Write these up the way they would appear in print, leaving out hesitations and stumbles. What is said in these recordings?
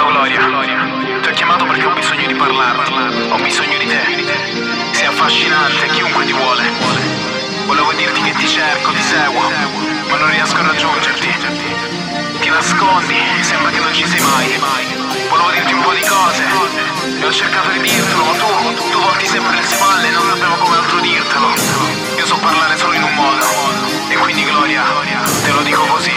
Ciao Gloria, ti ho chiamato perché ho bisogno di parlarti, ho bisogno di te. Sei affascinante, chiunque ti vuole. Volevo dirti che ti cerco, ti seguo, ma non riesco a raggiungerti. Ti nascondi, sembra che non ci sei mai. Volevo dirti un po' di cose e ho cercato di dirtelo, ma tu volti sempre le spalle e non sapevo come altro dirtelo. Io so parlare solo in un modo, e quindi Gloria, te lo dico così.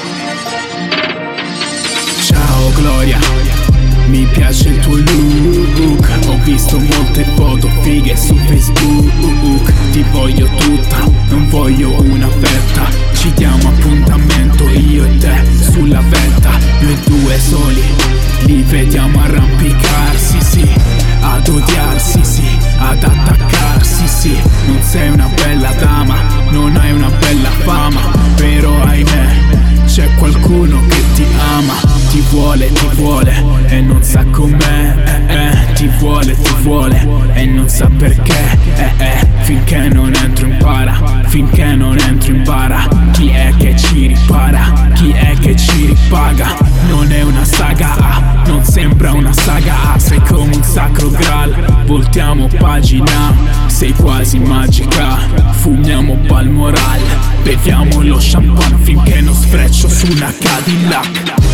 Ciao Gloria, mi piace il tuo look. Ho visto molte foto fighe su Facebook. Ti voglio tutta, non voglio una fetta. Ci diamo appuntamento io e te sulla vetta. Noi due soli, li vediamo arrampicarsi, sì. Ad odiarsi, sì. Ad attaccarsi, sì. Non sei una bella dama, non hai una bella fama, però ahimè c'è qualcuno che ti ama. Ti vuole e non sa com'è. Ti vuole e non sa perché. Finché non entro in bara, finché non entro in bara. Chi è che ci ripara? Chi è che ci ripaga? Non è una saga, non sembra una saga. Sei come un sacro graal, voltiamo pagina. Sei quasi magica, fumiamo Balmoral. Beviamo lo champagne finché non sfreccio su una Cadillac.